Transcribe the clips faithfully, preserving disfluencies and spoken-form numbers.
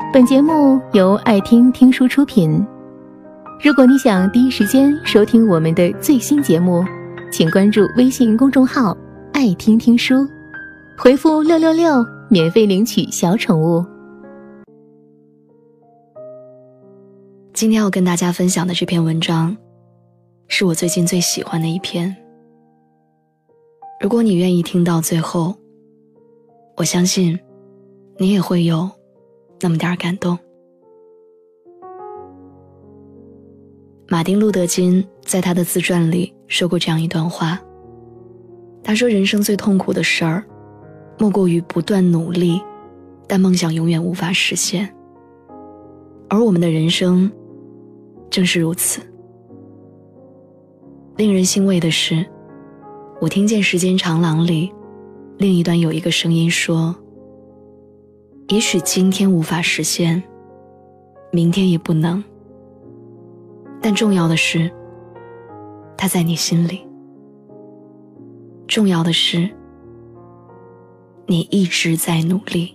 本节目由爱听听书出品。如果你想第一时间收听我们的最新节目，请关注微信公众号爱听听书，回复六六六免费领取小宠物。 今天要跟大家分享的这篇文章是我最近最喜欢的一篇。如果你愿意听到最后，我相信你也会有那么点儿感动。马丁·路德·金在他的自传里说过这样一段话，他说人生最痛苦的事儿莫过于不断努力，但梦想永远无法实现。而我们的人生正是如此。令人欣慰的是，我听见时间长廊里另一端有一个声音说，也许今天无法实现，明天也不能，但重要的是它在你心里，重要的是你一直在努力。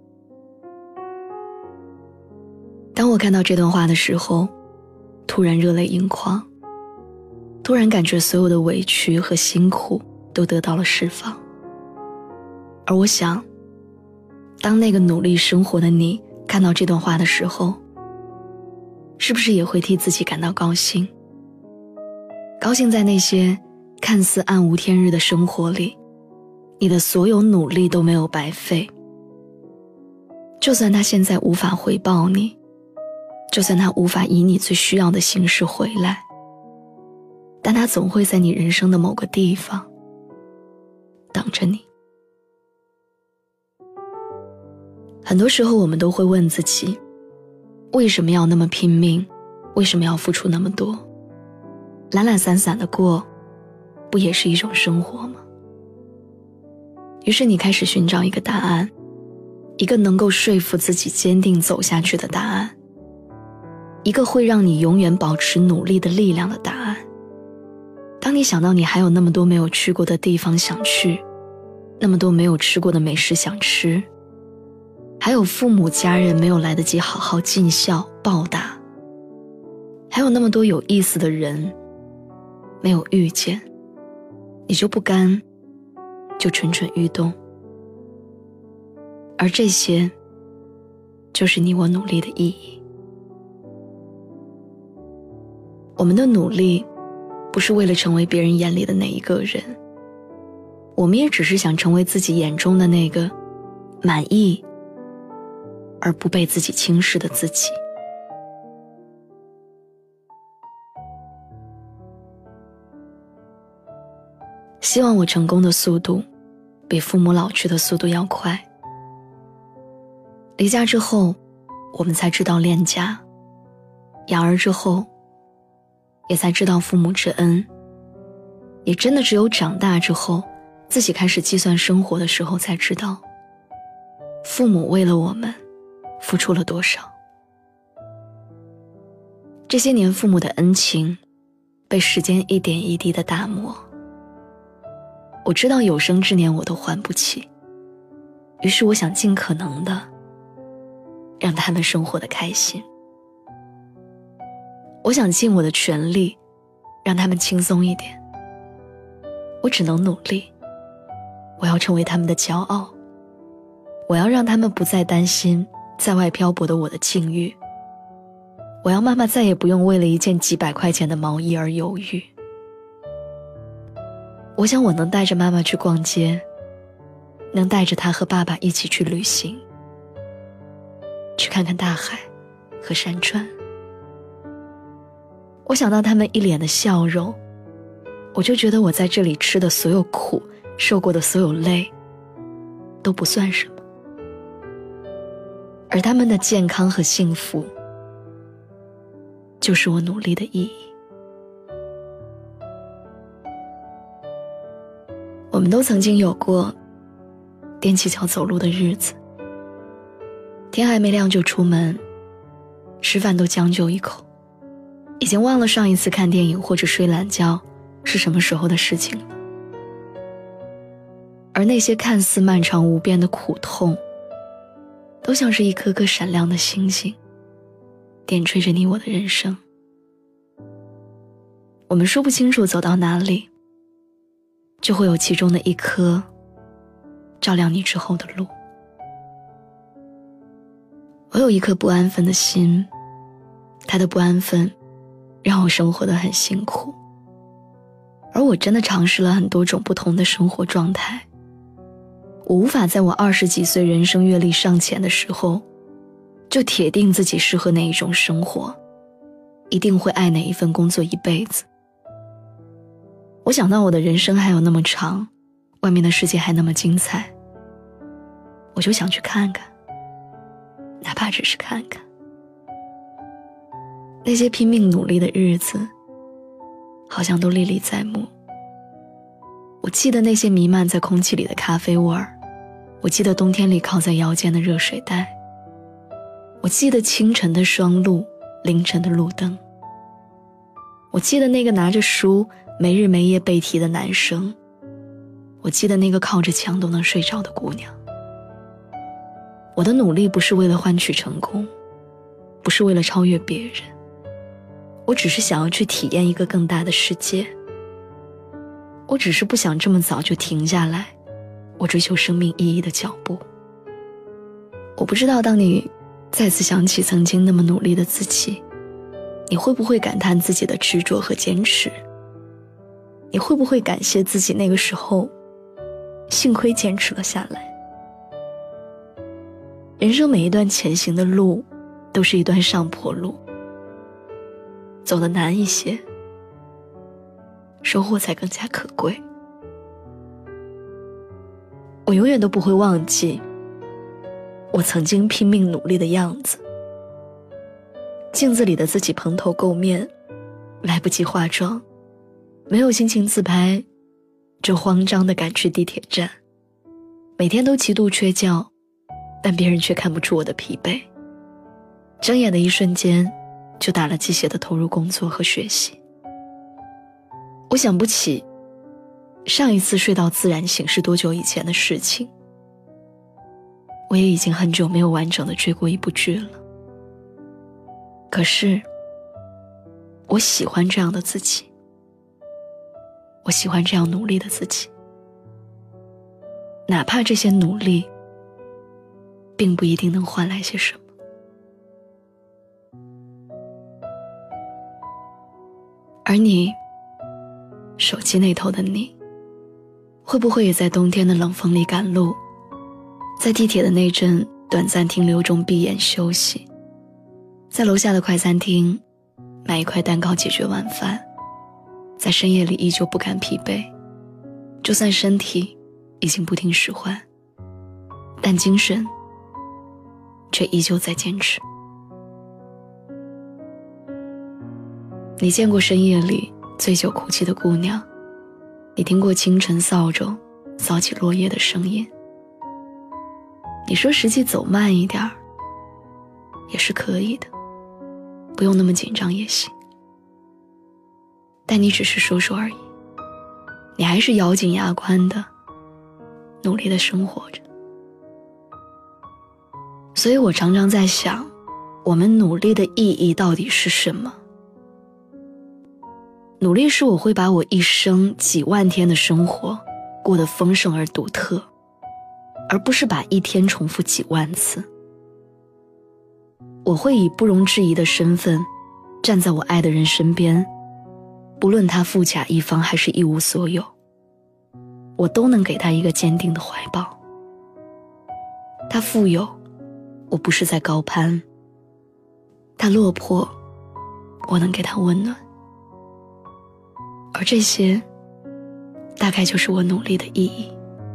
当我看到这段话的时候，突然热泪盈眶，突然感觉所有的委屈和辛苦都得到了释放。而我想，当那个努力生活的你看到这段话的时候，是不是也会替自己感到高兴？高兴在那些看似暗无天日的生活里，你的所有努力都没有白费。就算他现在无法回报你，就算他无法以你最需要的形式回来，但他总会在你人生的某个地方等着你。很多时候我们都会问自己，为什么要那么拼命？为什么要付出那么多？懒懒散散的过，不也是一种生活吗？于是你开始寻找一个答案，一个能够说服自己坚定走下去的答案，一个会让你永远保持努力的力量的答案。当你想到你还有那么多没有去过的地方想去，那么多没有吃过的美食想吃，还有父母家人没有来得及好好尽孝报答，还有那么多有意思的人没有遇见，你就不甘，就蠢蠢欲动。而这些就是你我努力的意义。我们的努力不是为了成为别人眼里的那一个人，我们也只是想成为自己眼中的那个满意而不被自己轻视的自己。希望我成功的速度比父母老去的速度要快。离家之后，我们才知道恋家；养儿之后，也才知道父母之恩。也真的只有长大之后，自己开始计算生活的时候，才知道父母为了我们付出了多少。这些年父母的恩情被时间一点一滴的打磨，我知道有生之年我都还不起，于是我想尽可能的让他们生活得开心，我想尽我的全力让他们轻松一点。我只能努力，我要成为他们的骄傲，我要让他们不再担心在外漂泊的我的境遇，我要妈妈再也不用为了一件几百块钱的毛衣而犹豫。我想我能带着妈妈去逛街，能带着她和爸爸一起去旅行，去看看大海和山川。我想到他们一脸的笑容，我就觉得我在这里吃的所有苦，受过的所有累都不算什么，而他们的健康和幸福就是我努力的意义。我们都曾经有过踮起脚走路的日子，天还没亮就出门，吃饭都将就一口，已经忘了上一次看电影或者睡懒觉是什么时候的事情了。而那些看似漫长无边的苦痛，都都像是一颗颗闪亮的星星，点缀着你我的人生。我们说不清楚走到哪里，就会有其中的一颗照亮你之后的路。我有一颗不安分的心，它的不安分让我生活得很辛苦，而我真的尝试了很多种不同的生活状态。我无法在我二十几岁人生阅历尚浅的时候就铁定自己适合哪一种生活，一定会爱哪一份工作一辈子。我想到我的人生还有那么长，外面的世界还那么精彩，我就想去看看，哪怕只是看看。那些拼命努力的日子好像都历历在目。我记得那些弥漫在空气里的咖啡味儿，我记得冬天里靠在腰间的热水袋，我记得清晨的双路，凌晨的路灯，我记得那个拿着书没日没夜背题的男生，我记得那个靠着墙都能睡着的姑娘。我的努力不是为了换取成功，不是为了超越别人，我只是想要去体验一个更大的世界。我只是不想这么早就停下来我追求生命意义的脚步。我不知道当你再次想起曾经那么努力的自己，你会不会感叹自己的执着和坚持？你会不会感谢自己那个时候幸亏坚持了下来？人生每一段前行的路都是一段上坡路，走得难一些，收获才更加可贵。我永远都不会忘记我曾经拼命努力的样子，镜子里的自己蓬头垢面，来不及化妆，没有心情自拍，就慌张地赶去地铁站，每天都极度缺觉，但别人却看不出我的疲惫。睁眼的一瞬间就打了鸡血地投入工作和学习。我想不起上一次睡到自然醒是多久以前的事情，我也已经很久没有完整的追过一部剧了。可是我喜欢这样的自己，我喜欢这样努力的自己，哪怕这些努力并不一定能换来些什么。而你，手机那头的你，会不会也在冬天的冷风里赶路，在地铁的那阵短暂停留中闭眼休息，在楼下的快餐厅买一块蛋糕解决晚饭，在深夜里依旧不感疲惫，就算身体已经不听使唤，但精神却依旧在坚持。你见过深夜里醉酒哭泣的姑娘，你听过清晨扫帚扫起落叶的声音。你说实际走慢一点也是可以的，不用那么紧张也行，但你只是说说而已，你还是咬紧牙关的努力的生活着。所以我常常在想，我们努力的意义到底是什么？努力是我会把我一生几万天的生活过得丰盛而独特，而不是把一天重复几万次。我会以不容置疑的身份站在我爱的人身边，不论他富甲一方还是一无所有，我都能给他一个坚定的怀抱。他富有，我不是在高攀；他落魄，我能给他温暖。而这些大概就是我努力的意义。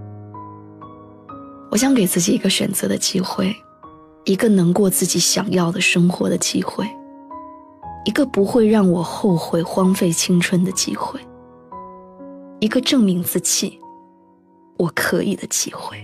我想给自己一个选择的机会，一个能过自己想要的生活的机会，一个不会让我后悔荒废青春的机会，一个证明自己我可以的机会。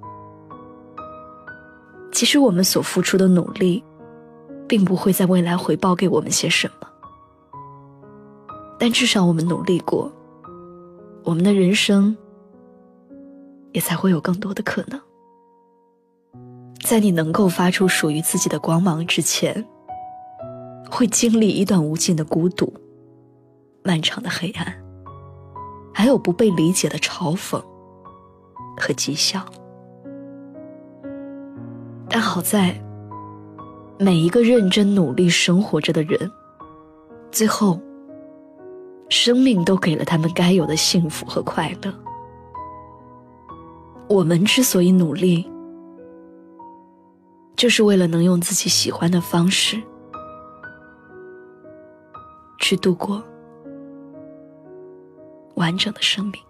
其实我们所付出的努力并不会在未来回报给我们些什么，但至少我们努力过，我们的人生也才会有更多的可能。 在你能够发出属于自己的光芒之前，会经历一段无尽的孤独，漫长的黑暗，还有不被理解的嘲讽和讥笑。但好在每一个认真努力生活着的人，最后生命都给了他们该有的幸福和快乐。我们之所以努力，就是为了能用自己喜欢的方式去度过完整的生命。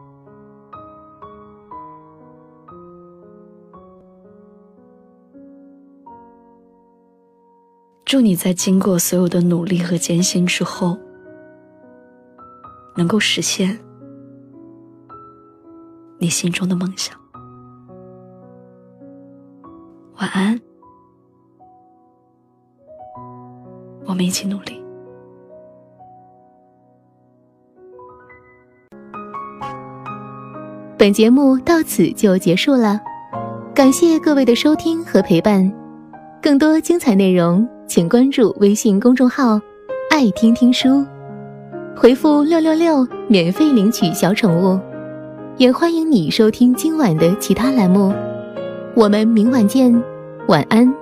祝你在经过所有的努力和艰辛之后，能够实现你心中的梦想。晚安，我们一起努力。 本节目到此就结束了，感谢各位的收听和陪伴。更多精彩内容请关注微信公众号爱听听书，回复六六六免费领取小宠物。也欢迎你收听今晚的其他栏目，我们明晚见，晚安。